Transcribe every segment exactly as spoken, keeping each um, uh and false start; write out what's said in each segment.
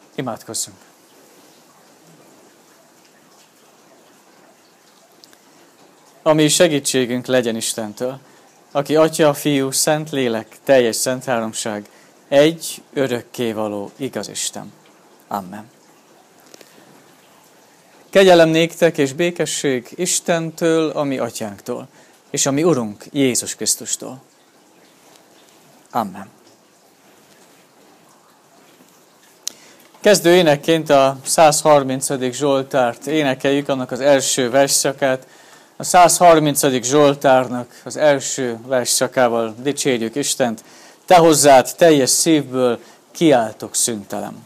Imádkozzunk! Ami segítségünk legyen Istentől, aki Atya, Fiú, Szent Lélek, teljes szent háromság, egy örökkévaló igaz Isten. Amen. Kegyelem néktek és békesség Istentől, a mi Atyánktól, és a mi Urunk Jézus Krisztustól. Amen. Kezdő énekként a száz harmincadik Zsoltárt énekeljük, annak az első versszakát. A száz harmincadik Zsoltárnak az első versszakával dicsérjük Istent. Te hozzád teljes szívből kiáltok szüntelen.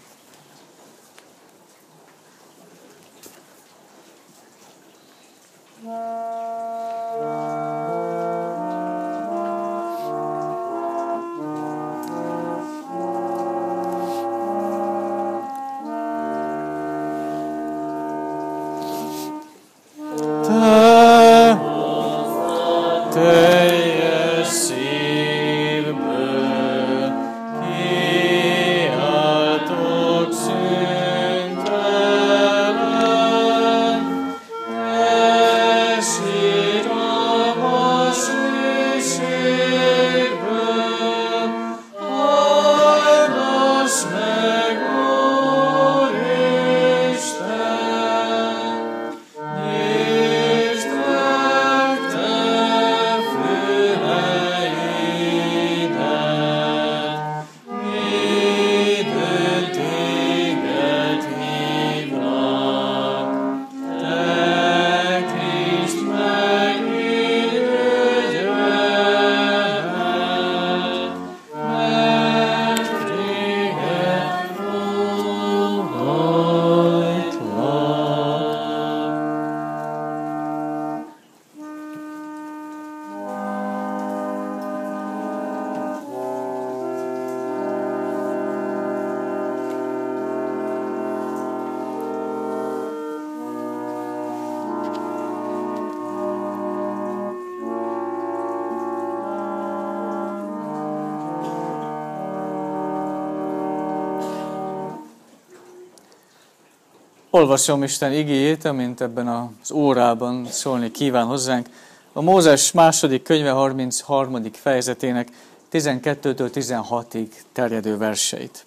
Olvasom Isten igéjét, amint ebben az órában szólni kíván hozzánk. A Mózes második könyve harmincharmadik fejezetének tizenkettőtől tizenhatig terjedő verseit.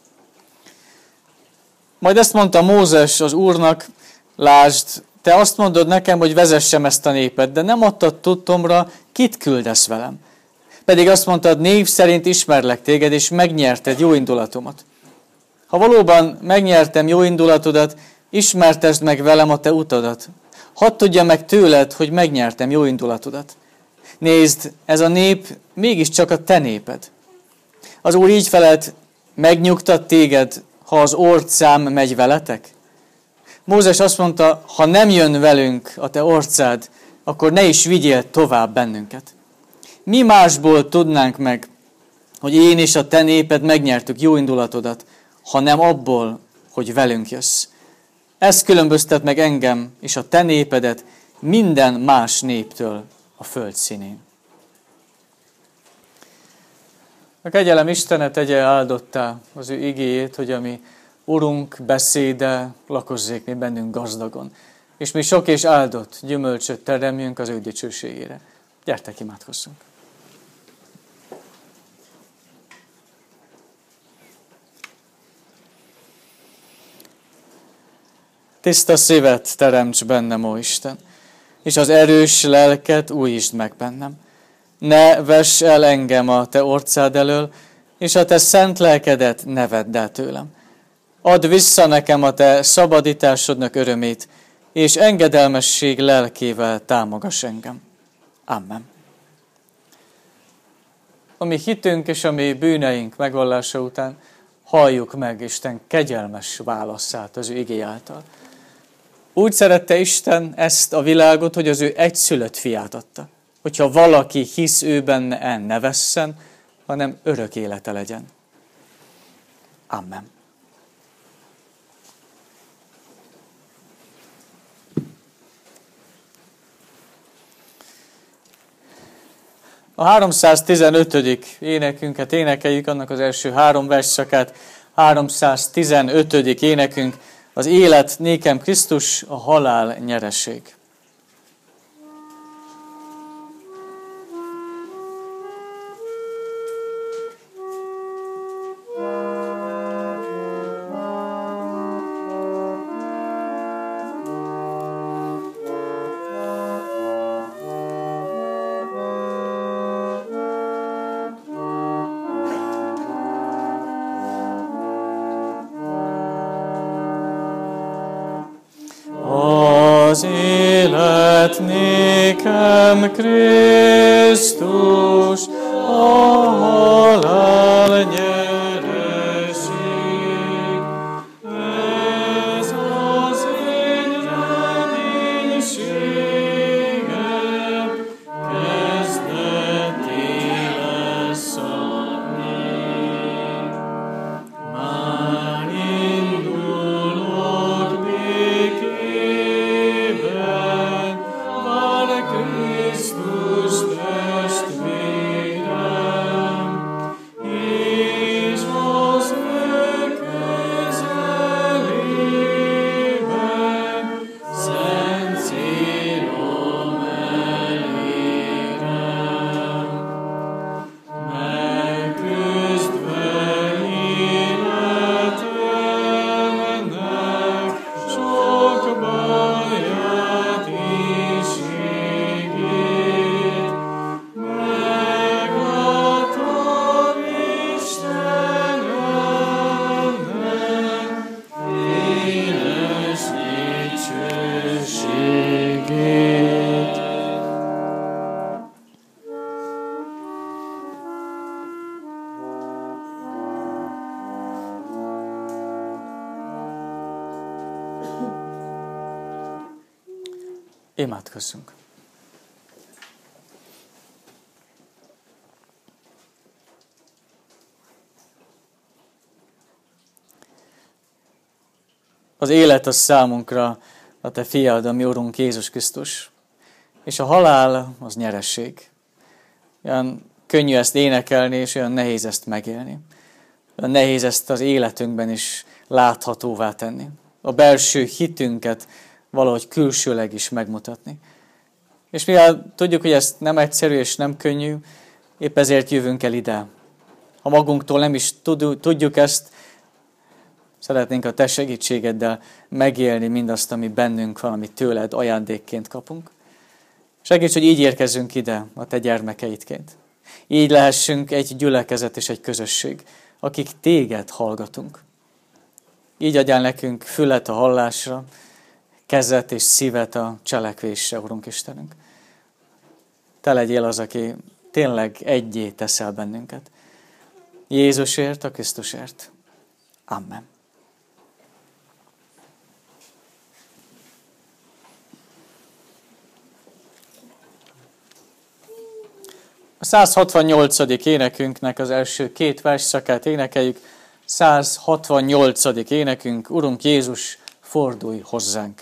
Majd ezt mondta Mózes az Úrnak: lásd, te azt mondod nekem, hogy vezessem ezt a népet, de nem adtad tudtomra, kit küldesz velem. Pedig azt mondtad, név szerint ismerlek téged, és megnyerted jó indulatomat. Ha valóban megnyertem jó indulatodat, ismertesd meg velem a te utadat. Hadd tudja meg tőled, hogy megnyertem jó indulatodat. Nézd, ez a nép mégiscsak a te néped. Az Úr így felelt: megnyugtat téged, ha az orcám megy veletek? Mózes azt mondta: ha nem jön velünk a te orcád, akkor ne is vigyél tovább bennünket. Mi másból tudnánk meg, hogy én és a te néped megnyertük jó indulatodat, ha nem abból, hogy velünk jössz. Ez különböztet meg engem és a te népedet minden más néptől a föld színén. A kegyelem Istene tegye áldottá az ő igéjét, hogy a mi Urunk beszéde lakozzék mi bennünk gazdagon, és mi sok és áldott gyümölcsöt teremjünk az ő dicsőségére. Gyertek, imádkozzunk! Tiszta szívet teremts bennem, ó Isten, és az erős lelket újítsd meg bennem. Ne vess el engem a te orcád elől, és a te szent lelkedet ne vedd el tőlem. Add vissza nekem a te szabadításodnak örömét, és engedelmesség lelkével támogass engem. Amen. A mi hitünk és a mi bűneink megvallása után halljuk meg Isten kegyelmes válaszát az ő igé által. Úgy szerette Isten ezt a világot, hogy az ő egyszülött fiát adta, hogyha valaki hisz ő benne, el ne vesszen, hanem örök élete legyen. Amen. A háromszáztizenötödik énekünket énekeljük, annak az első három versszakát. háromszáztizenötödik énekünk, az élet nékem Krisztus, a halál nyereség. Az élet nékem Krisztus, a halál nyereség. Ez az én reménységem, kezdetté lesz a még. Már indulok békében, vár Krisztus testvérem, és az ő közelében szent célom elérem. Megküzdve életemnek sok baját és égét, megadtam Istenemnek éles dicsőségét. Imádkozzunk. Az élet az számunkra a Te fiad, a mi Urunk Jézus Krisztus, és a halál az nyeresség. Olyan könnyű ezt énekelni, és olyan nehéz ezt megélni. Olyan nehéz ezt az életünkben is láthatóvá tenni. A belső hitünket valahogy külsőleg is megmutatni. És mivel tudjuk, hogy ez nem egyszerű és nem könnyű, épp ezért jövünk el ide. Ha magunktól nem is tudjuk ezt, szeretnénk a Te segítségeddel megélni mindazt, ami bennünk van, amit tőled ajándékként kapunk. Segíts, hogy így érkezzünk ide a Te gyermekeidként. Így lehessünk egy gyülekezet és egy közösség, akik Téged hallgatunk. Így adjál nekünk fület a hallásra, kezet és szívet a cselekvésre, Urunk Istenünk. Te legyél az, aki tényleg egyé teszel bennünket. Jézusért, a Krisztusért. Amen. A száz hatvannyolcadik énekünknek az első két versszakát énekeljük. száz hatvannyolcadik énekünk, Urunk Jézus, fordulj hozzánk!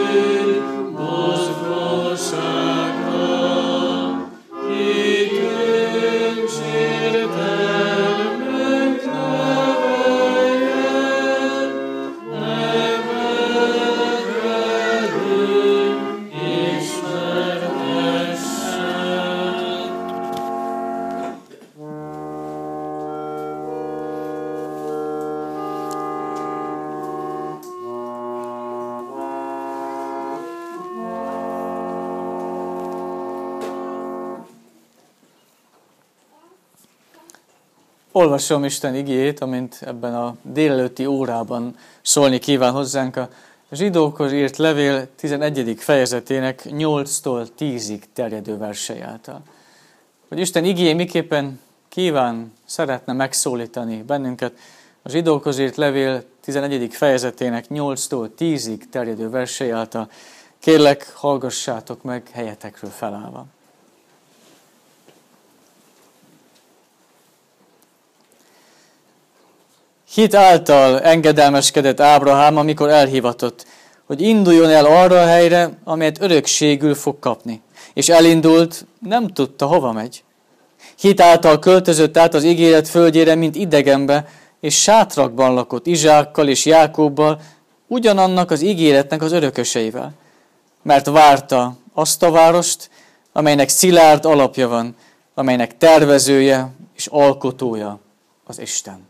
He Olvasom Isten igéjét, amint ebben a délelőtti órában szólni kíván hozzánk a zsidókhoz írt levél tizenegyedik fejezetének nyolctól tízig terjedő versei által. Hogy Isten igéje miképpen kíván, szeretne megszólítani bennünket, a zsidókhoz írt levél tizenegyedik fejezetének nyolctól tízig terjedő versei által. Kérlek, hallgassátok meg helyetekről felállva. Hit által engedelmeskedett Ábrahám, amikor elhivatott, hogy induljon el arra a helyre, amelyet örökségül fog kapni. És elindult, nem tudta, hova megy. Hit által költözött át az ígéret földjére, mint idegenbe, és sátrakban lakott Izsákkal és Jákobbal, ugyanannak az ígéretnek az örököseivel. Mert várta azt a várost, amelynek szilárd alapja van, amelynek tervezője és alkotója az Isten.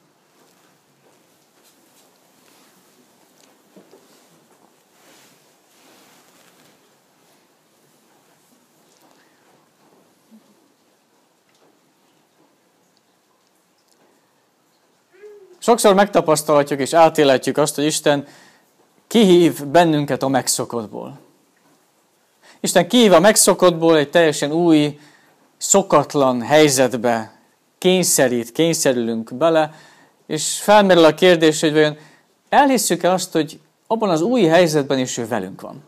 Sokszor megtapasztalhatjuk és átélhetjük azt, hogy Isten kihív bennünket a megszokottból. Isten kihív a megszokottból egy teljesen új, szokatlan helyzetbe, kényszerít, kényszerülünk bele, és felmerül a kérdés, hogy vajon elhisszük-e azt, hogy abban az új helyzetben is ő velünk van.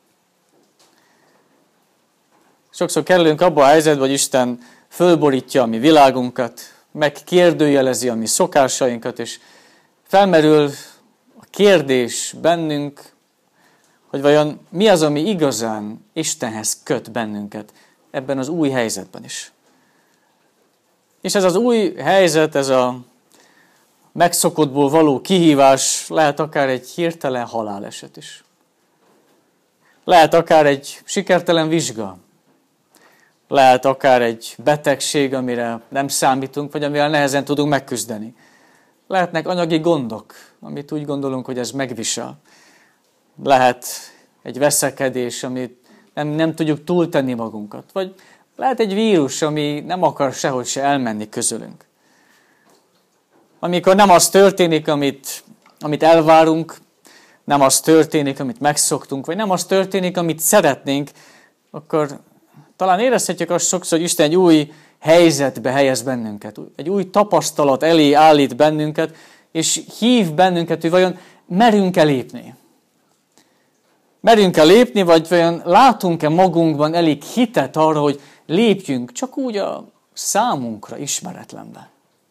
Sokszor kerülünk abba a helyzetbe, hogy Isten fölborítja a mi világunkat, megkérdőjelezi a mi szokásainkat, és felmerül a kérdés bennünk, hogy vajon mi az, ami igazán Istenhez köt bennünket ebben az új helyzetben is. És ez az új helyzet, ez a megszokottból való kihívás lehet akár egy hirtelen haláleset is. Lehet akár egy sikertelen vizsga. Lehet akár egy betegség, amire nem számítunk, vagy amivel nehezen tudunk megküzdeni. Lehetnek anyagi gondok, amit úgy gondolunk, hogy ez megvisel. Lehet egy veszekedés, amit nem, nem tudjuk túltenni magunkat. Vagy lehet egy vírus, ami nem akar sehogy se elmenni közülünk. Amikor nem az történik, amit, amit elvárunk, nem az történik, amit megszoktunk, vagy nem az történik, amit szeretnénk, akkor talán érezhetjük azt sokszor, hogy Isten egy új helyzetbe helyez bennünket, egy új tapasztalat elé állít bennünket, és hív bennünket, hogy vajon merünk-e lépni. Merünk-e lépni, vagy vajon látunk-e magunkban elég hitet arra, hogy lépjünk csak úgy a számunkra ismeretlenbe.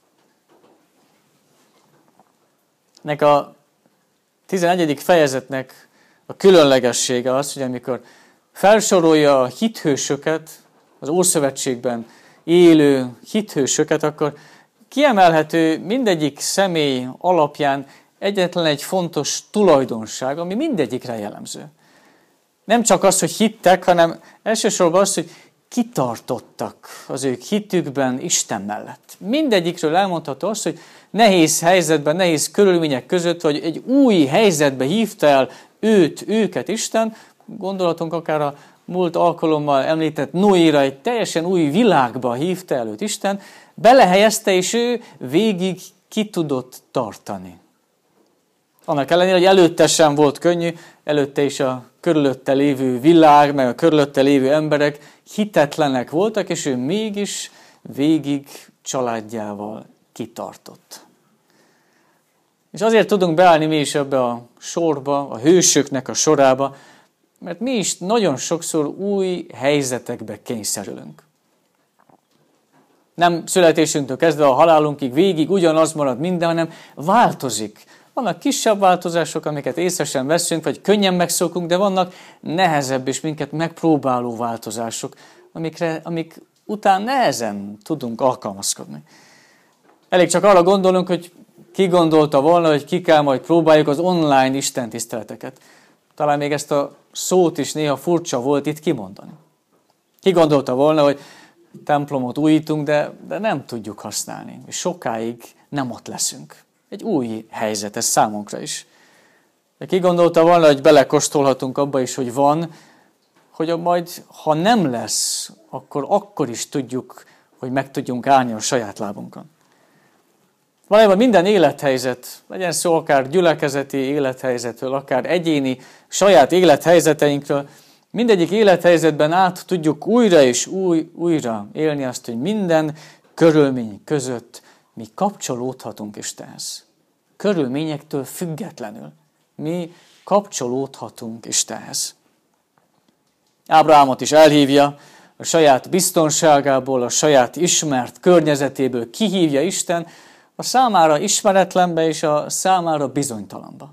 Nek a tizenegyedik fejezetnek a különlegessége az, hogy amikor felsorolja a hithősöket, az Ószövetségben élő hithősöket, akkor kiemelhető mindegyik személy alapján egyetlen egy fontos tulajdonság, ami mindegyikre jellemző. Nem csak az, hogy hittek, hanem elsősorban az, hogy kitartottak az ők hitükben Isten mellett. Mindegyikről elmondható az, hogy nehéz helyzetben, nehéz körülmények között, hogy egy új helyzetbe hívta el őt, őket Isten. Gondolatunk akár a múlt alkalommal említett Noéra, egy teljesen új világba hívta el őt Isten, belehelyezte, és ő végig ki tudott tartani. Annak ellenére, hogy előtte sem volt könnyű, előtte is a körülötte lévő világ, meg a körülötte lévő emberek hitetlenek voltak, és ő mégis végig családjával kitartott. És azért tudunk beállni mi is ebbe a sorba, a hősöknek a sorába, mert mi is nagyon sokszor új helyzetekbe kényszerülünk. Nem születésünktől kezdve a halálunkig végig ugyanaz marad minden, hanem változik. Vannak kisebb változások, amiket észre sem veszünk, vagy könnyen megszokunk, de vannak nehezebb és minket megpróbáló változások, amikre, amik után nehezen tudunk alkalmazkodni. Elég csak arra gondolunk, hogy ki gondolta volna, hogy ki kell majd próbáljuk az online istentiszteleteket. Talán még ezt a szót is néha furcsa volt itt kimondani. Ki gondolta volna, hogy templomot újítunk, de, de nem tudjuk használni. És sokáig nem ott leszünk. Egy új helyzet ez számunkra is. De ki gondolta volna, hogy belekóstolhatunk abba is, hogy van, hogy majd, ha nem lesz, akkor akkor is tudjuk, hogy meg tudjunk állni a saját lábunkon. Valójában minden élethelyzet, legyen szó akár gyülekezeti élethelyzetről, akár egyéni, saját élethelyzeteinkről, mindegyik élethelyzetben át tudjuk újra és új, újra élni azt, hogy minden körülmény között mi kapcsolódhatunk Istenhez. Körülményektől függetlenül mi kapcsolódhatunk Istenhez. Ábrahámot is elhívja, a saját biztonságából, a saját ismert környezetéből kihívja Isten a számára ismeretlenbe és a számára bizonytalanba.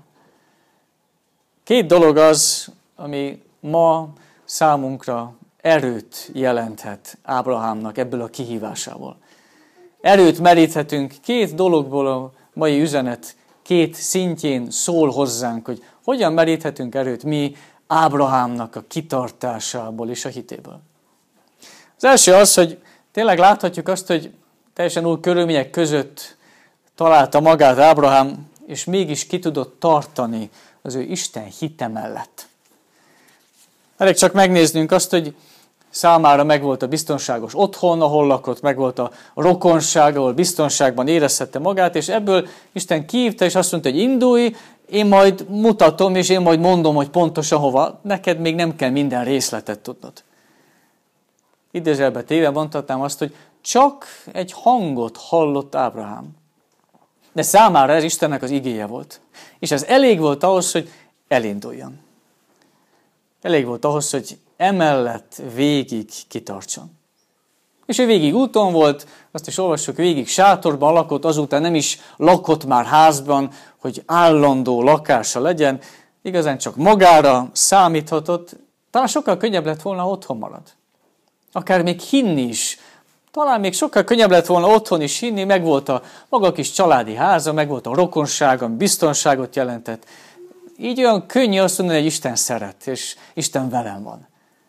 Két dolog az, ami ma számunkra erőt jelenthet Ábrahámnak ebből a kihívásából. Erőt meríthetünk két dologból, a mai üzenet két szintjén szól hozzánk, hogy hogyan meríthetünk erőt mi Ábrahámnak a kitartásából és a hitéből. Az első az, hogy tényleg láthatjuk azt, hogy teljesen új körülmények között találta magát Ábrahám, és mégis ki tudott tartani az ő Isten hite mellett. Elég csak megnéznünk azt, hogy számára megvolt a biztonságos otthon, ahol lakott, megvolt a rokonság, ahol biztonságban érezhette magát, és ebből Isten kihívta, és azt mondta, hogy indulj, én majd mutatom, és én majd mondom, hogy pontosan hova. Neked még nem kell minden részletet tudnod. Idézőjelbe téve mondhatnám azt, hogy csak egy hangot hallott Ábrahám. De számára ez Istennek az igéje volt. És ez elég volt ahhoz, hogy elinduljon. Elég volt ahhoz, hogy emellett végig kitartson. És ő végig úton volt, azt is olvassuk, végig sátorban lakott, azután nem is lakott már házban, hogy állandó lakása legyen, igazán csak magára számíthatott, talán sokkal könnyebb lett volna, ha otthon marad. Akár még hinni is. Talán még sokkal könnyebb lett volna otthon is hinni, meg volt a maga kis családi háza, meg volt a rokonsága, biztonságot jelentett. Így olyan könnyű azt mondani, hogy Isten szeret, és Isten velem van.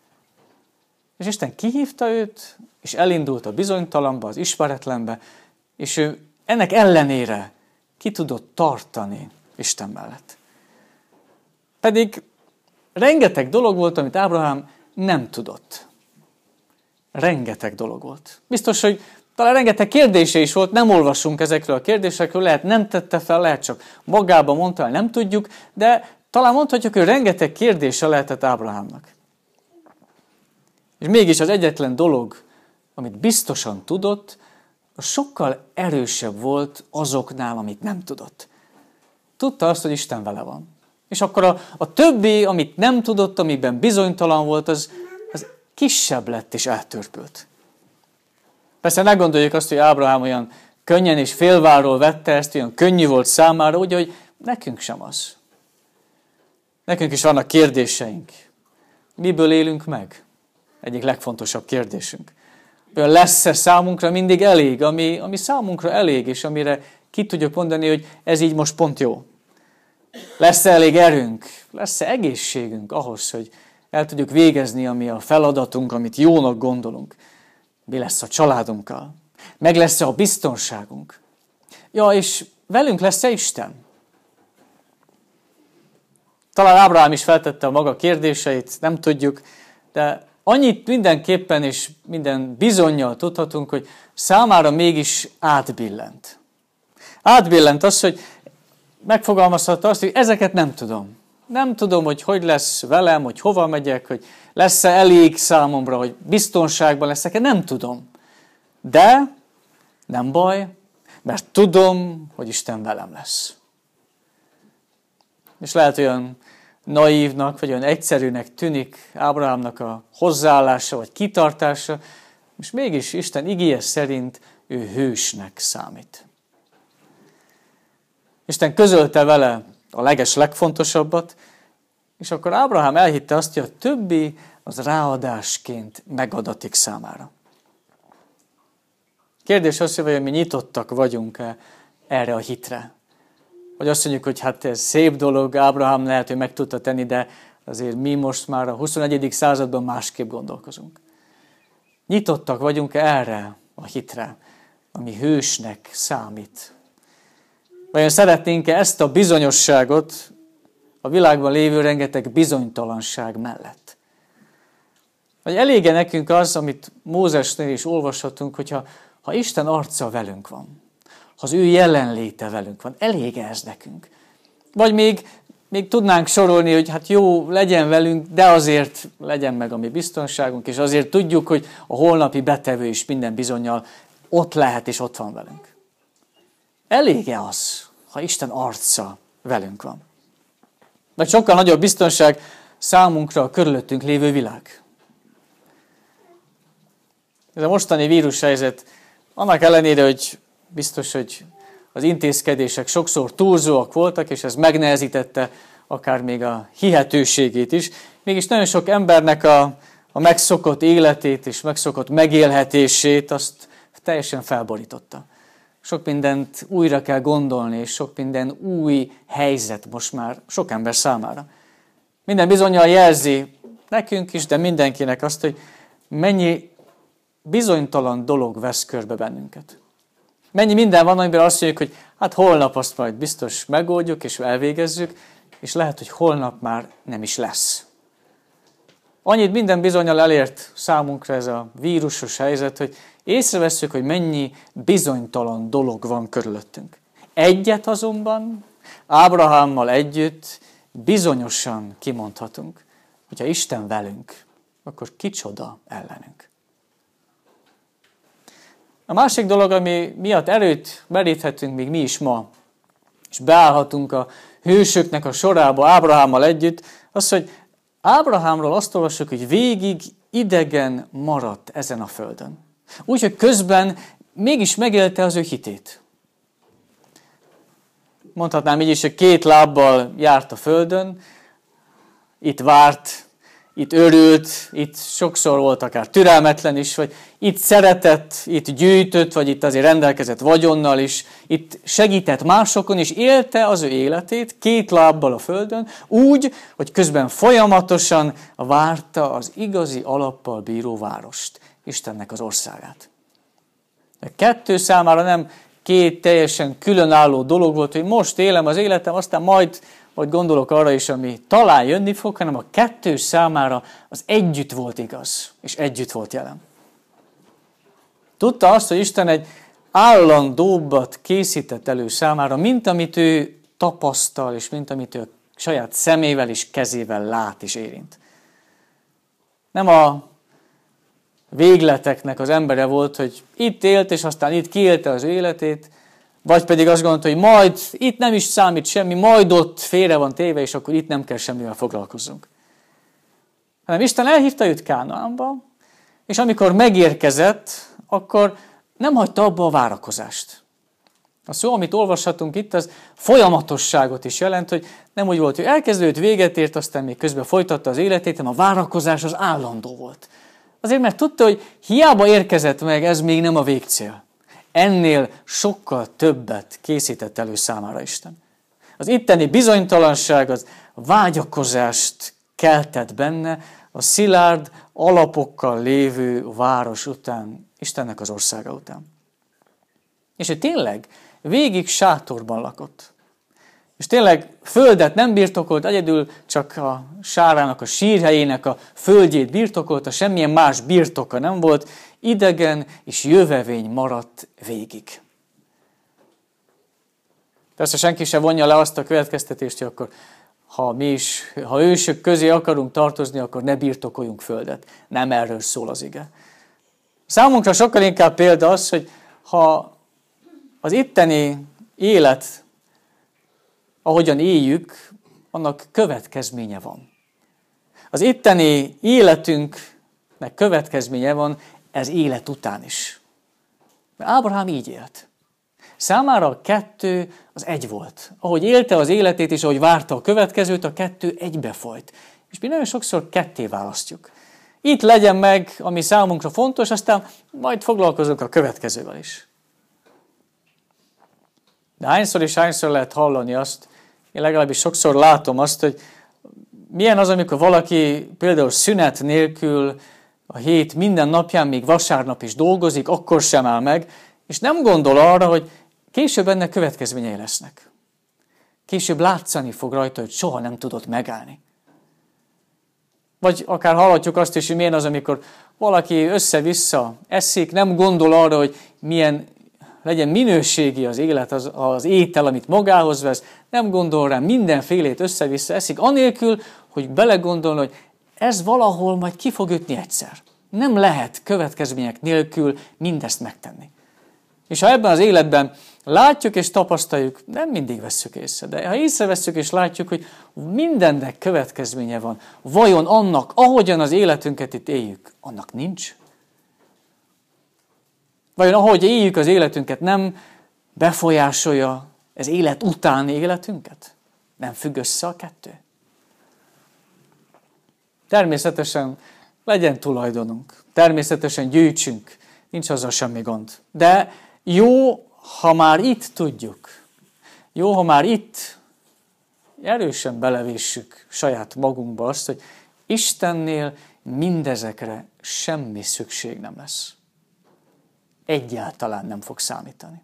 És Isten kihívta őt, és elindult a bizonytalanba, az ismeretlenbe, és ő ennek ellenére ki tudott tartani Isten mellett. Pedig rengeteg dolog volt, amit Ábrahám nem tudott. Rengeteg dolog volt. Biztos, hogy talán rengeteg kérdése is volt, nem olvasunk ezekről a kérdésekről, lehet nem tette fel, lehet csak magában mondta, nem tudjuk, de talán mondhatjuk, hogy rengeteg kérdése lehetett Ábrahámnak. És mégis az egyetlen dolog, amit biztosan tudott, az sokkal erősebb volt azoknál, amit nem tudott. Tudta azt, hogy Isten vele van. És akkor a, a többi, amit nem tudott, amiben bizonytalan volt, az, az kisebb lett és eltörpült. Persze ne gondoljuk azt, hogy Ábrahám olyan könnyen és félváról vette ezt, olyan könnyű volt számára, úgy, hogy nekünk sem az. Nekünk is vannak kérdéseink. Miből élünk meg? Egyik legfontosabb kérdésünk. Olyan lesz-e számunkra mindig elég, ami, ami számunkra elég, és amire ki tudjuk mondani, hogy ez így most pont jó. Lesz-e elég erőnk? Lesz-e egészségünk ahhoz, hogy el tudjuk végezni, ami a feladatunk, amit jónak gondolunk? Mi lesz a családunkkal? Meg lesz-e a biztonságunk? Ja, és velünk lesz-e Isten? Talán Ábrahám is feltette a maga kérdéseit, nem tudjuk, de annyit mindenképpen és minden bizonnyal tudhatunk, hogy számára mégis átbillent. Átbillent az, hogy megfogalmazhatta azt, hogy ezeket nem tudom. Nem tudom, hogy hogy lesz velem, hogy hova megyek, hogy lesz-e elég számomra, hogy biztonságban leszek-e, nem tudom. De nem baj, mert tudom, hogy Isten velem lesz. És lehet olyan naívnak, vagy olyan egyszerűnek tűnik Ábrahámnak a hozzáállása, vagy kitartása, és mégis Isten igéje szerint ő hősnek számít. Isten közölte vele a leges legfontosabbat, és akkor Ábrahám elhitte azt, hogy a többi az ráadásként megadatik számára. Kérdés az, hogy mi nyitottak vagyunk-e erre a hitre. Vagy azt mondjuk, hogy hát ez szép dolog, Ábrahám lehet, hogy meg tudta tenni, de azért mi most már a huszonegyedik században másképp gondolkozunk. Nyitottak vagyunk erre a hitre, ami hősnek számít. Vajon szeretnénk-e ezt a bizonyosságot a világban lévő rengeteg bizonytalanság mellett? Vagy elége nekünk az, amit Mózesnél is olvashatunk, hogyha ha Isten arca velünk van, ha az ő jelenléte velünk van. Elég ez nekünk. Vagy még, még tudnánk sorolni, hogy hát jó, legyen velünk, de azért legyen meg a mi biztonságunk, és azért tudjuk, hogy a holnapi betevő is minden bizonnyal ott lehet, és ott van velünk. Elég-e az, ha Isten arca velünk van? Vagy sokkal nagyobb biztonság számunkra a körülöttünk lévő világ. Ez a mostani vírushelyzet, annak ellenére, hogy biztos, hogy az intézkedések sokszor túlzóak voltak, és ez megnehezítette akár még a hihetőségét is, mégis nagyon sok embernek a, a megszokott életét és megszokott megélhetését azt teljesen felborította. Sok mindent újra kell gondolni, és sok minden új helyzet most már sok ember számára. Minden bizonnyal jelzi nekünk is, de mindenkinek azt, hogy mennyi bizonytalan dolog vesz körbe bennünket. Mennyi minden van, amiben azt mondjuk, hogy hát holnap azt majd biztos megoldjuk és elvégezzük, és lehet, hogy holnap már nem is lesz. Annyit minden bizonnyal elért számunkra ez a vírusos helyzet, hogy észrevesszük, hogy mennyi bizonytalan dolog van körülöttünk. Egyet azonban Ábrahámmal együtt bizonyosan kimondhatunk, hogyha Isten velünk, akkor kicsoda ellenünk. A másik dolog, ami miatt erőt meríthetünk még mi is ma, és beállhatunk a hősöknek a sorába Ábrahámmal együtt, az, hogy Ábrahámról azt olvassuk, hogy végig idegen maradt ezen a földön. Úgyhogy közben mégis megélte az ő hitét. Mondhatnám így is, hogy két lábbal járt a földön, itt várt, itt örült, itt sokszor volt akár türelmetlen is, vagy itt szeretett, itt gyűjtött, vagy itt azért rendelkezett vagyonnal is, itt segített másokon, és élte az ő életét két lábbal a földön, úgy, hogy közben folyamatosan várta az igazi alappal bíró várost, Istennek az országát. A kettő számára nem két teljesen különálló dolog volt, hogy most élem az életem, aztán majd vagy gondolok arra is, ami talán jönni fog, hanem a kettő számára az együtt volt igaz, és együtt volt jelen. Tudta azt, hogy Isten egy állandóbbat készített elő számára, mint amit ő tapasztal, és mint amit ő saját szemével és kezével lát és érint. Nem a végleteknek az embere volt, hogy itt élt, és aztán itt kiélte az életét, vagy pedig azt gondolta, hogy majd itt nem is számít semmi, majd ott félre van téve, és akkor itt nem kell semmivel foglalkozzunk. Hanem Isten elhívta őt Kánaánba, és amikor megérkezett, akkor nem hagyta abba a várakozást. A szó, amit olvashatunk itt, az folyamatosságot is jelent, hogy nem úgy volt, hogy elkezdődött, véget ért, aztán még közben folytatta az életét, hanem a várakozás az állandó volt. Azért, mert tudta, hogy hiába érkezett meg, ez még nem a végcél. Ennél sokkal többet készített elő számára Isten. Az itteni bizonytalanság, az vágyakozást keltett benne, a szilárd alapokkal lévő város után, Istennek az országa után. És ő tényleg végig sátorban lakott. És tényleg földet nem birtokolt, egyedül csak a sárának, a sírhelyének a földjét birtokolta, semmilyen más birtoka nem volt, idegen és jövevény maradt végig. Persze senki se vonja le azt a következtetést, hogy akkor ha mi is, ha ősök közé akarunk tartozni, akkor ne birtokoljunk földet. Nem erről szól az ige. Számunkra sokkal inkább példa az, hogy ha az itteni élet, ahogyan éljük, annak következménye van. Az itteni életünknek következménye van ez élet után is. Mert Ábrahám így élt. Számára a kettő az egy volt. Ahogy élte az életét és ahogy várta a következőt, a kettő egybefolyt. És mi nagyon sokszor ketté választjuk. Itt legyen meg, ami számunkra fontos, aztán majd foglalkozunk a következővel is. De hányszor és hányszor lehet hallani azt, én legalábbis sokszor látom azt, hogy milyen az, amikor valaki például szünet nélkül a hét minden napján, még vasárnap is dolgozik, akkor sem áll meg, és nem gondol arra, hogy később ennek következményei lesznek. Később látszani fog rajta, hogy soha nem tudott megállni. Vagy akár hallhatjuk azt is, hogy milyen az, amikor valaki össze-vissza eszik, nem gondol arra, hogy milyen legyen minőségi az élet, az, az étel, amit magához vesz, nem gondol rá, mindenfélét össze-vissza eszik, anélkül, hogy belegondolna, hogy ez valahol majd ki fog ütni egyszer. Nem lehet következmények nélkül mindezt megtenni. És ha ebben az életben látjuk és tapasztaljuk, nem mindig vesszük észre, de ha észrevesszük és látjuk, hogy mindennek következménye van, vajon annak, ahogyan az életünket itt éljük, annak nincs? Vajon ahogy éljük az életünket, nem befolyásolja ez élet utáni életünket? Nem függ össze a kettő? Természetesen legyen tulajdonunk, természetesen gyűjtsünk, nincs azzal semmi gond. De jó, ha már itt tudjuk, jó, ha már itt erősen belevéssük saját magunkba azt, hogy Istennél mindezekre semmi szükség nem lesz. Egyáltalán nem fog számítani.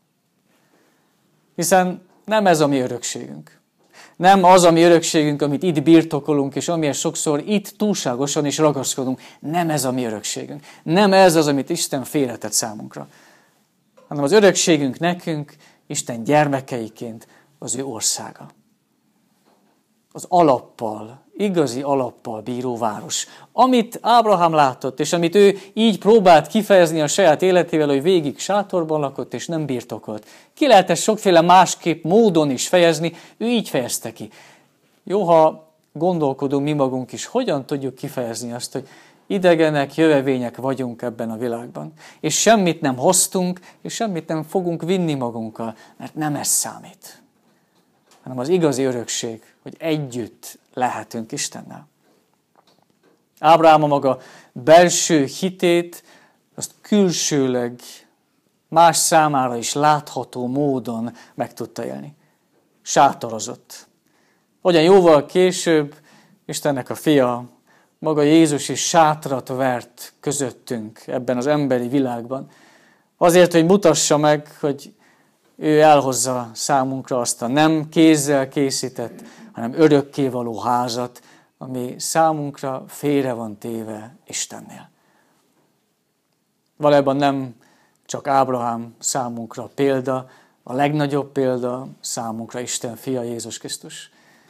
Hiszen nem ez a mi örökségünk. Nem az a mi örökségünk, amit itt birtokolunk, és amilyen sokszor itt túlságosan is ragaszkodunk. Nem ez a mi örökségünk. Nem ez az, amit Isten félretett számunkra. Hanem az örökségünk nekünk, Isten gyermekeiként az ő országa. Az alappal, igazi alappal bíró város. Amit Ábrahám látott, és amit ő így próbált kifejezni a saját életével, hogy végig sátorban lakott, és nem birtokolt. Ki lehet ezt sokféle másképp módon is fejezni, ő így fejezte ki. Jó, ha gondolkodunk mi magunk is, hogyan tudjuk kifejezni azt, hogy idegenek, jövevények vagyunk ebben a világban. És semmit nem hoztunk, és semmit nem fogunk vinni magunkkal, mert nem ez számít. Hanem az igazi örökség, hogy együtt lehetünk Istennel. Ábrahám a maga belső hitét, azt külsőleg más számára is látható módon meg tudta élni. Sátorozott. Hogyan jóval később Istennek a fia, maga Jézus is sátrat vert közöttünk ebben az emberi világban. Azért, hogy mutassa meg, hogy ő elhozza számunkra azt a nem kézzel készített, hanem örökkévaló házat, ami számunkra félre van téve Istennél. Valójában nem csak Ábrahám számunkra példa, a legnagyobb példa számunkra Isten fia Jézus Krisztus.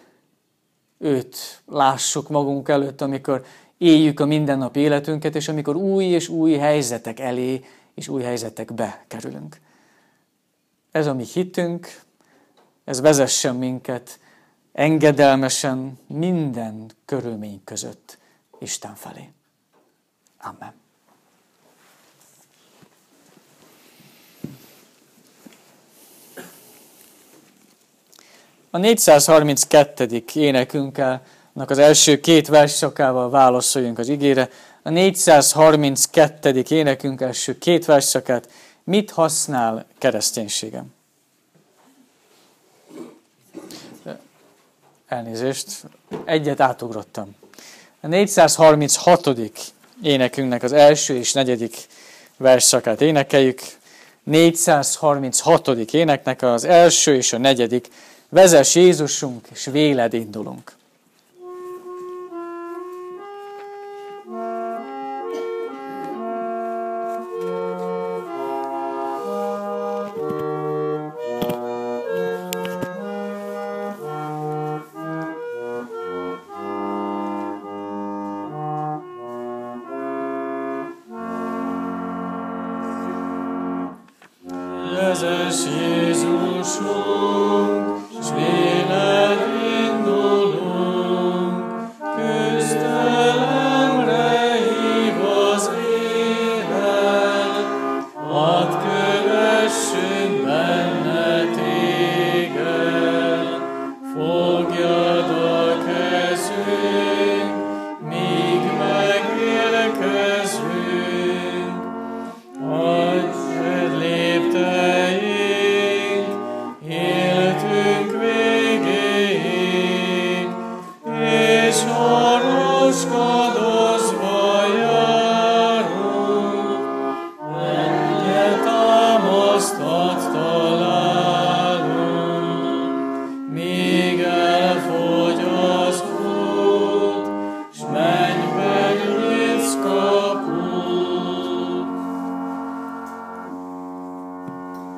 Őt lássuk magunk előtt, amikor éljük a mindennapi életünket, és amikor új és új helyzetek elé és új helyzetekbe kerülünk. Ez a mi hitünk, ez vezessen minket engedelmesen minden körülmény között Isten felé. Amen. A négyszázharminckettő. énekünkkel, az első két versszakával válaszoljunk az igére. A négyszázharminckettő. énekünk első két versszakát: mit használ kereszténységem? Elnézést, egyet átugrottam. A négyszázharminchatodik. énekünknek az első és negyedik versszakát énekeljük. négyszázharminchatodik. éneknek az első és a negyedik: vezess Jézusunk, és véled indulunk. Vezess Jézusunk, s véled indulunk, küzdelemre hív az élet, hadd kövessünk benne téged, fogjad a kezünk, míg megérkezünk, adj lépteink, életünk végéig, és orvoskadozva járunk, egyet támasztat találunk, míg elfogy az út, s mennyben nyitsz kaput.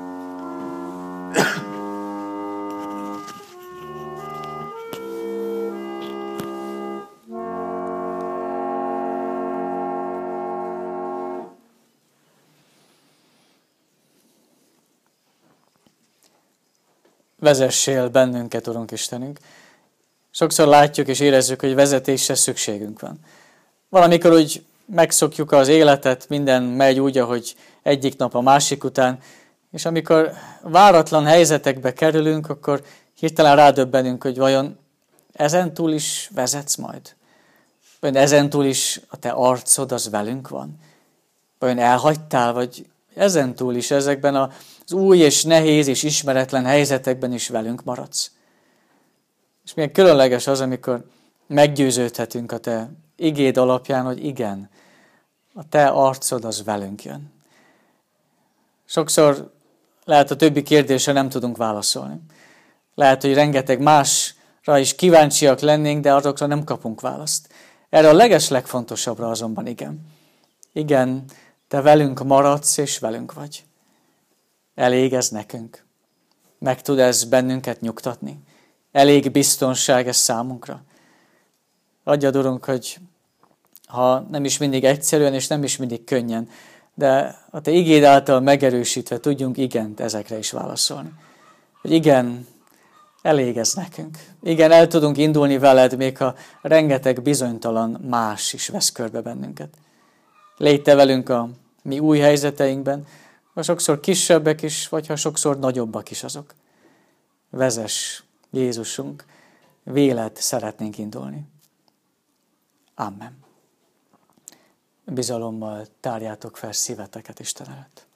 vezessél bennünket, Urunk Istenünk. Sokszor látjuk és érezzük, hogy vezetésre szükségünk van. Valamikor úgy megszokjuk az életet, minden megy úgy, ahogy egyik nap a másik után, és amikor váratlan helyzetekbe kerülünk, akkor hirtelen rádöbbenünk, hogy vajon ezentúl is vezetsz majd? Vajon ezentúl is a te arcod az velünk van? Vajon elhagytál, vagy ezentúl is ezekben az új és nehéz és ismeretlen helyzetekben is velünk maradsz? És milyen különleges az, amikor meggyőződhetünk a te igéd alapján, hogy igen, a te arcod az velünk jön. Sokszor lehet a többi kérdésre nem tudunk válaszolni. Lehet, hogy rengeteg másra is kíváncsiak lennénk, de azokra nem kapunk választ. Erre a legeslegfontosabbra azonban igen. Igen, te velünk maradsz és velünk vagy. Elég ez nekünk. Meg tud ez bennünket nyugtatni. Elég biztonság ez számunkra. Adjad, Urunk, hogy ha nem is mindig egyszerűen és nem is mindig könnyen, de a te igéd által megerősítve tudjunk igent ezekre is válaszolni. Hogy igen, elég ez nekünk. Igen, el tudunk indulni veled, még ha rengeteg bizonytalan más is vesz körbe bennünket. Légy te velünk a mi új helyzeteinkben, ha sokszor kisebbek is, vagy ha sokszor nagyobbak is azok. Vezess, Jézusunk, véled szeretnénk indulni. Amen. Bizalommal tárjátok fel szíveteket Isten előtt.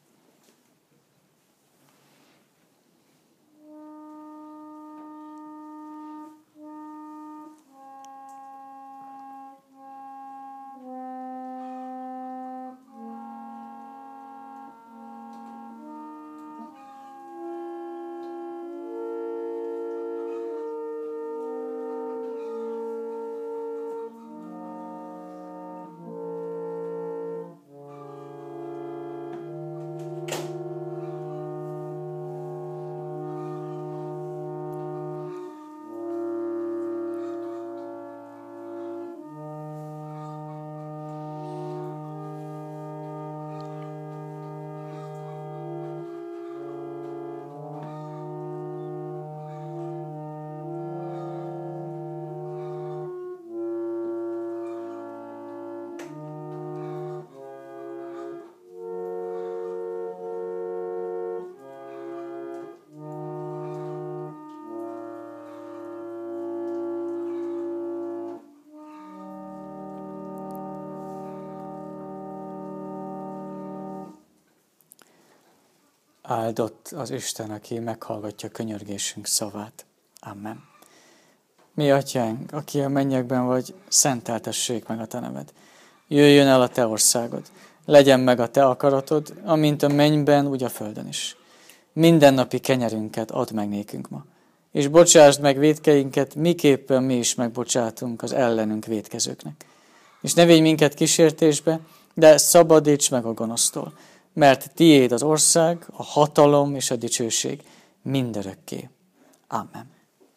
Áldott az Isten, aki meghallgatja könyörgésünk szavát. Amen. Mi atyánk, aki a mennyekben vagy, szenteltessék meg a te neved. Jöjjön el a te országod, legyen meg a te akaratod, amint a mennyben, úgy a földön is. Mindennapi kenyerünket add meg nékünk ma, és bocsásd meg vétkeinket, miképpen mi is megbocsátunk az ellenünk vétkezőknek. És ne védj minket kísértésbe, de szabadíts meg a gonosztól, mert tiéd az ország, a hatalom és a dicsőség mindörökké. Amen.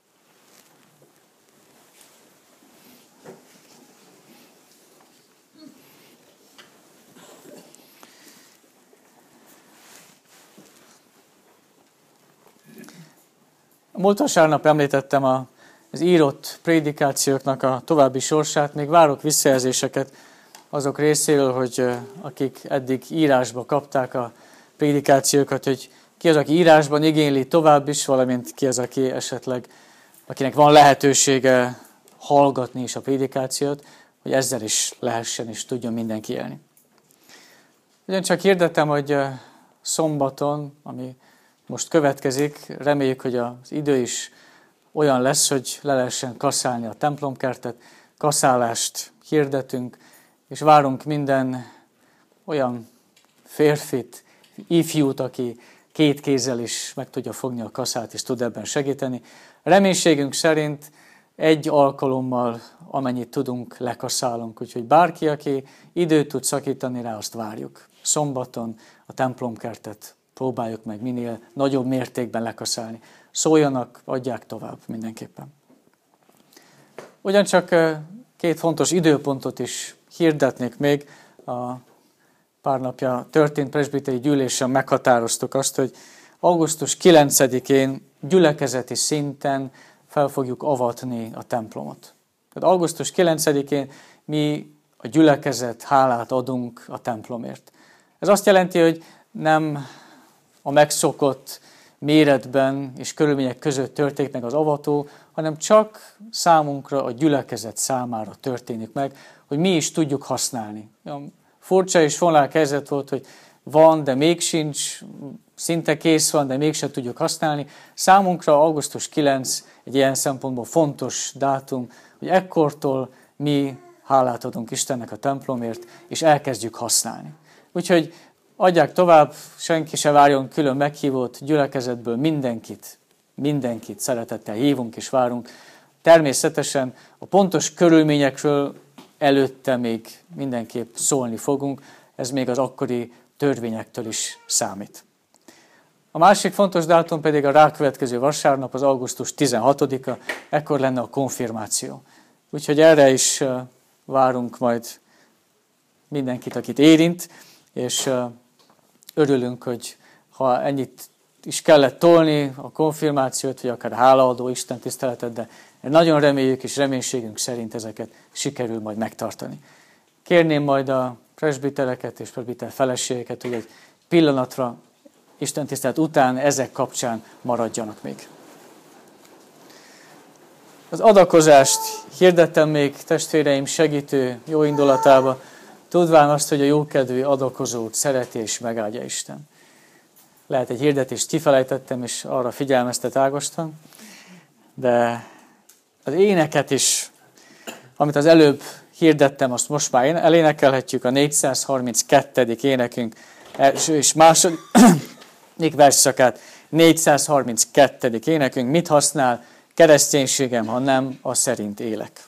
A múlt vasárnap említettem az írott prédikációknak a további sorsát, még várok visszajelzéseket azok részéről, hogy akik eddig írásba kapták a prédikációkat, hogy ki az, aki írásban igényli tovább is, valamint ki az, aki esetleg, akinek van lehetősége hallgatni is a prédikációt, hogy ezzel is lehessen és tudjon mindenki élni. Ugyancsak hirdettem, hogy szombaton, ami most következik, reméljük, hogy az idő is olyan lesz, hogy le lehessen kaszálni a templomkertet, kaszálást hirdetünk, és várunk minden olyan férfit, ifjút, aki két kézzel is meg tudja fogni a kaszát, és tud ebben segíteni. Reménységünk szerint egy alkalommal, amennyit tudunk, lekaszálunk. Úgyhogy bárki, aki időt tud szakítani rá, azt várjuk. Szombaton a templomkertet próbáljuk meg minél nagyobb mértékben lekaszálni. Szóljanak, adják tovább mindenképpen. Ugyancsak két fontos időpontot is hirdetnék még. A pár napja történt presbiteri gyűlésen meghatároztuk azt, hogy augusztus kilencedikén gyülekezeti szinten fel fogjuk avatni a templomot. Tehát augusztus kilencedikén mi a gyülekezet hálát adunk a templomért. Ez azt jelenti, hogy nem a megszokott méretben és körülmények között történik meg az avató, hanem csak számunkra, a gyülekezet számára történik meg, hogy mi is tudjuk használni. Furcsa és fonlák helyzet volt, hogy van, de még sincs, szinte kész van, de mégsem tudjuk használni. Számunkra augusztus kilencedike egy ilyen szempontból fontos dátum, hogy ekkortól mi hálát adunk Istennek a templomért, és elkezdjük használni. Úgyhogy adják tovább, senki se várjon külön meghívót, gyülekezetből mindenkit, mindenkit szeretettel hívunk és várunk. Természetesen a pontos körülményekről előtte még mindenképp szólni fogunk, ez még az akkori törvényektől is számít. A másik fontos dátum pedig a rákövetkező vasárnap, az augusztus tizenhatodika, ekkor lenne a konfirmáció. Úgyhogy erre is várunk majd mindenkit, akit érint, és örülünk, hogy ha ennyit is kellett tolni, a konfirmációt, vagy akár hálaadó Isten tiszteletet, de nagyon reméljük és reménységünk szerint ezeket sikerül majd megtartani. Kérném majd a presbitereket és presbiter feleségeket, hogy egy pillanatra Isten tisztelet után ezek kapcsán maradjanak még. Az adakozást hirdettem még testvéreim segítő jó indulatába, tudván azt, hogy a jókedvű adakozót szereti és megáldja Isten. Lehet egy hirdetést kifelejtettem, és arra figyelmeztet Ágoston, de az éneket is, amit az előbb hirdettem, azt most már elénekelhetjük, a négyszázharminckettő énekünk és második versszakát, négyszázharminckettő énekünk, mit használ kereszténységem, ha nem a szerint élek.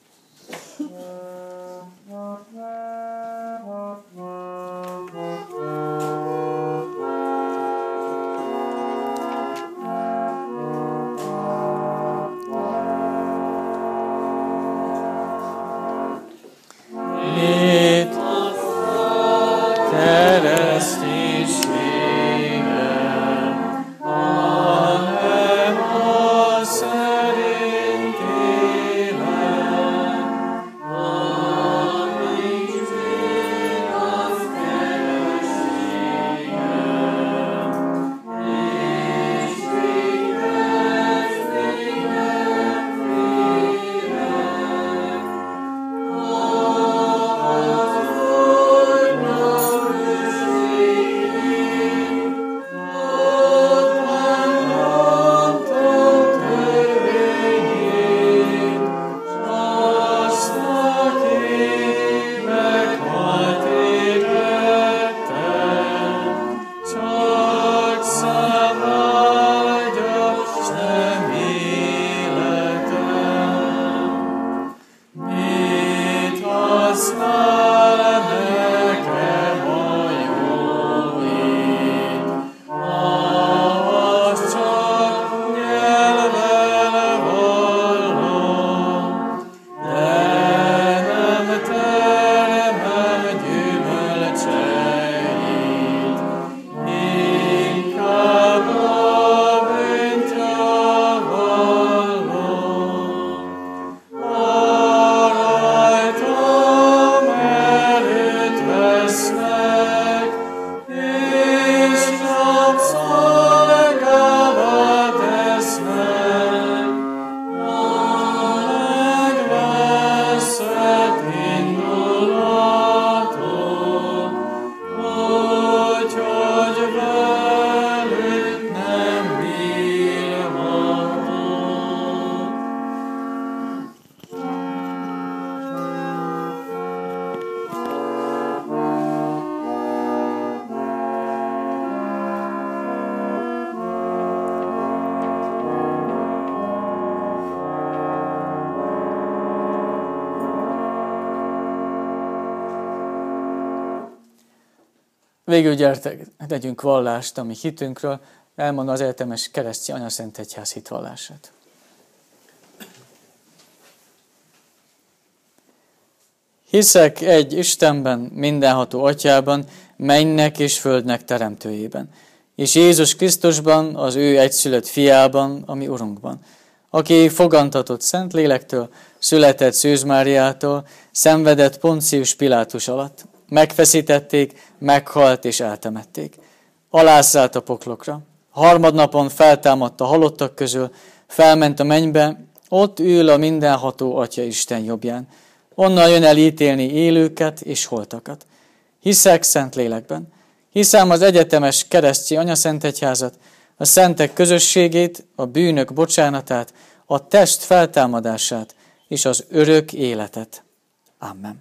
Végül gyertek, tegyünk vallást a mi hitünkről, elmondva az egyetemes keresztény anyaszent egyház hitvallását. Hiszek egy Istenben, mindenható Atyában, mennynek és földnek teremtőjében, és Jézus Krisztusban, az ő egyszülött fiában, a mi Urunkban, aki fogantatott Szentlélektől, született Szűz Máriától, szenvedett Poncius Pilátus alatt, megfeszítették, meghalt és eltemették. Alászállt a poklokra. Harmadnapon feltámadt a halottak közül, felment a mennybe, ott ül a mindenható Atya Isten jobbján. Onnan jön el ítélni élőket és holtakat. Hiszek Szentlélekben. Hiszem az egyetemes keresztjé anyaszentegyházat, a szentek közösségét, a bűnök bocsánatát, a test feltámadását és az örök életet. Amen.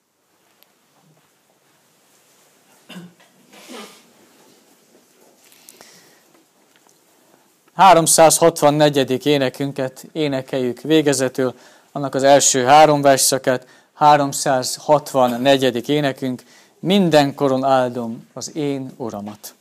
háromszázhatvannegyedik énekünket énekeljük végezetül, annak az első három versszakát, háromszázhatvannegyedik énekünk, mindenkoron áldom az én Uramat.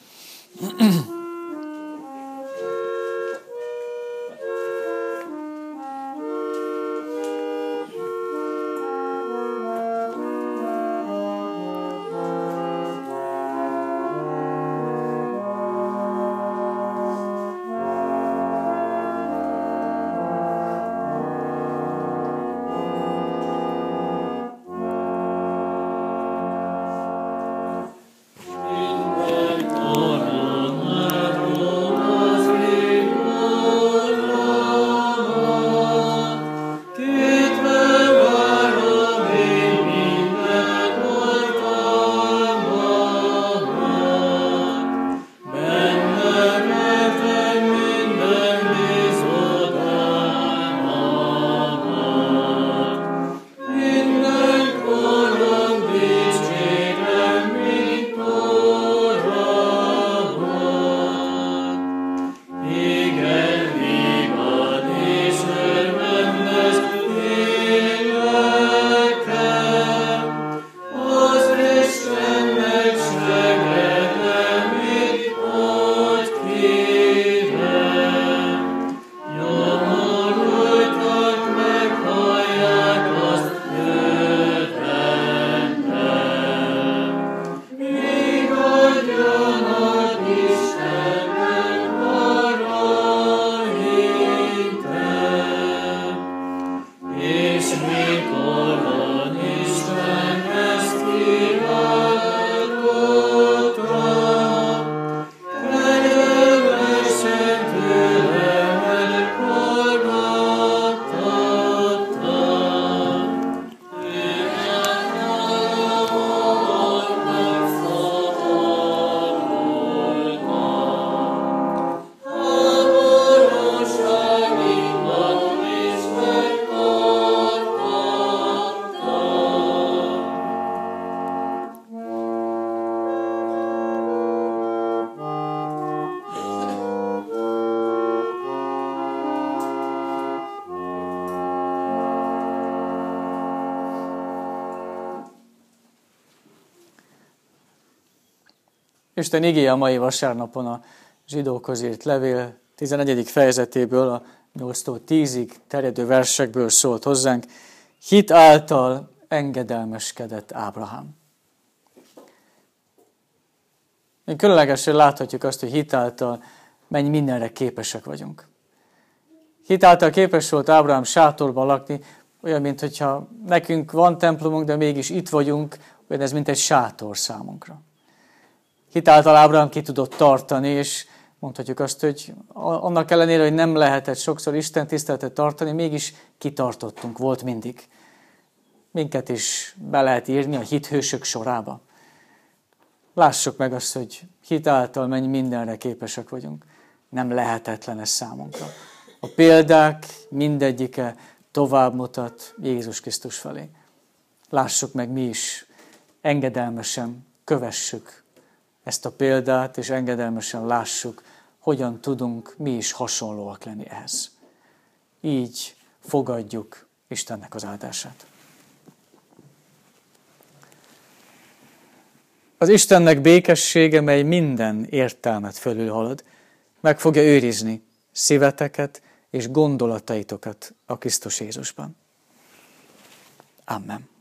Isten igéje a mai vasárnapon a zsidókhoz írt levél tizennegyedik fejezetéből, a nyolctól tízig terjedő versekből szólt hozzánk. Hit által engedelmeskedett Ábrahám. Én különlegesen láthatjuk azt, hogy hit által mennyi mindenre képesek vagyunk. Hit által képes volt Ábrahám sátorban lakni, olyan, mintha nekünk van templomunk, de mégis itt vagyunk, olyan ez mint egy sátor számunkra. Hitáltal Ábrahám ki tudott tartani, és mondhatjuk azt, hogy annak ellenére, hogy nem lehetett sokszor Isten tiszteletet tartani, mégis kitartottunk, volt mindig. Minket is be lehet írni a hithősök sorába. Lássuk meg azt, hogy hitáltal mennyi mindenre képesek vagyunk. Nem lehetetlen ez számunkra. A példák mindegyike tovább mutat Jézus Krisztus felé. Lássuk meg mi is, engedelmesen kövessük ezt a példát, és engedelmesen lássuk, hogyan tudunk mi is hasonlóak lenni ehhez. Így fogadjuk Istennek az áldását. Az Istennek békessége, mely minden értelmet fölülhalad, meg fogja őrizni szíveteket és gondolataitokat a Krisztus Jézusban. Amen.